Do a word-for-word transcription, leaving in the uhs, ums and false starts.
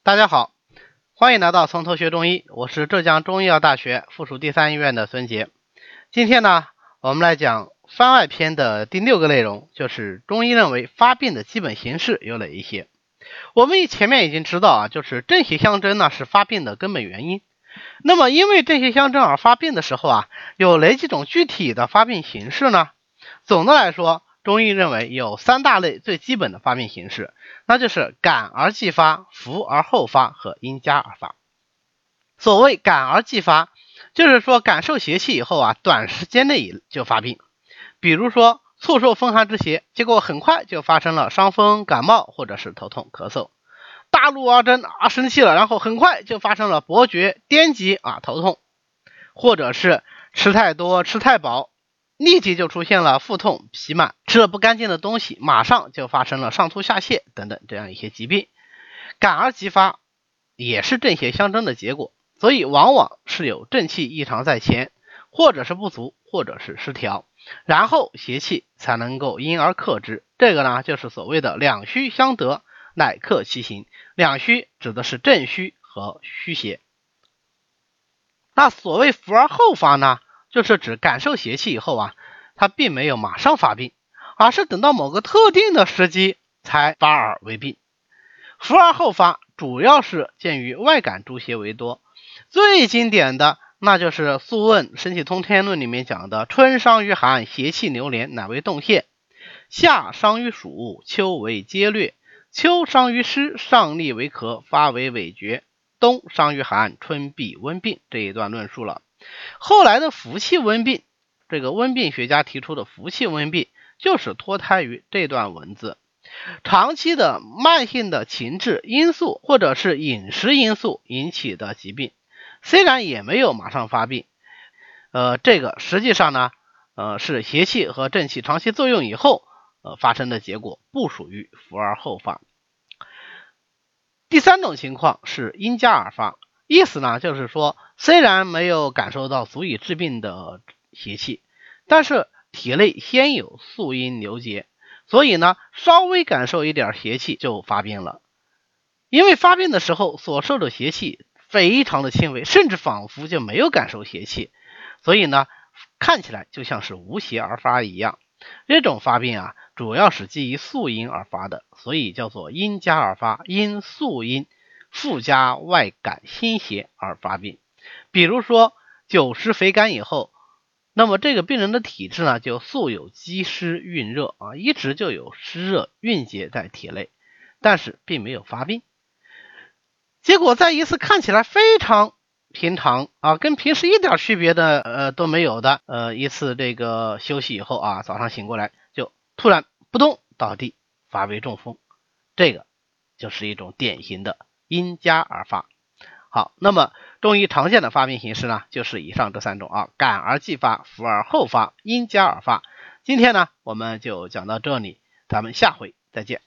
大家好，欢迎来到从头学中医，我是浙江中医药大学附属第三医院的孙杰。今天呢，我们来讲番外篇的第六个内容，就是中医认为发病的基本形式有哪一些。我们前面已经知道啊，就是正邪相争呢是发病的根本原因。那么因为正邪相争而发病的时候啊，有哪几种具体的发病形式呢？总的来说，中医认为有三大类最基本的发病形式，那就是感而继发、伏而后发和因加而发。所谓感而继发，就是说感受邪气以后啊，短时间内就发病。比如说促受风寒之邪，结果很快就发生了伤风、感冒或者是头痛、咳嗽。大怒而真啊，生气了，然后很快就发生了伯爵、癫痫啊，头痛，或者是吃太多、吃太饱，立即就出现了腹痛、脾满，吃了不干净的东西，马上就发生了上吐下泻等等这样一些疾病。感而继发也是正邪相争的结果，所以往往是有正气异常在前，或者是不足，或者是失调，然后邪气才能够因而克之。这个呢，就是所谓的两虚相得，乃克其形。两虚指的是正虚和虚邪。那所谓伏而后发呢，就是指感受邪气以后啊，它并没有马上发病，而是等到某个特定的时机才发而为病。伏而后发主要是见于外感诸邪为多，最经典的那就是《素问·神气通天论》里面讲的春伤于寒，邪气流连，乃为动泻；夏伤于暑，秋为皆略；秋伤于湿，上逆为咳，发为痿厥；冬伤于寒，春必温病。这一段论述了。后来的服气温病，这个温病学家提出的服气温病，就是脱胎于这段文字。长期的慢性的情志因素或者是饮食因素引起的疾病，虽然也没有马上发病，呃，这个实际上呢，呃，是邪气和正气长期作用以后，呃，发生的结果，不属于伏而后发。第三种情况是因加而发，意思呢就是说，虽然没有感受到足以治病的邪气，但是体内先有宿阴流结，所以呢，稍微感受一点邪气就发病了。因为发病的时候所受的邪气非常的轻微，甚至仿佛就没有感受邪气，所以呢，看起来就像是无邪而发一样。这种发病啊，主要是基于宿阴而发的，所以叫做因加而发，因宿阴附加外感心邪而发病。比如说久食肥甘以后，那么这个病人的体质呢，就素有积湿蕴热啊，一直就有湿热蕴结在体内，但是并没有发病。结果在一次看起来非常平常啊，跟平时一点区别的呃都没有的呃一次这个休息以后啊，早上醒过来就突然扑通倒地，发为中风，这个就是一种典型的因加而发。好，那么中医常见的发病形式呢，就是以上这三种啊，感而继发、伏而后发、因加而发。今天呢，我们就讲到这里，咱们下回再见。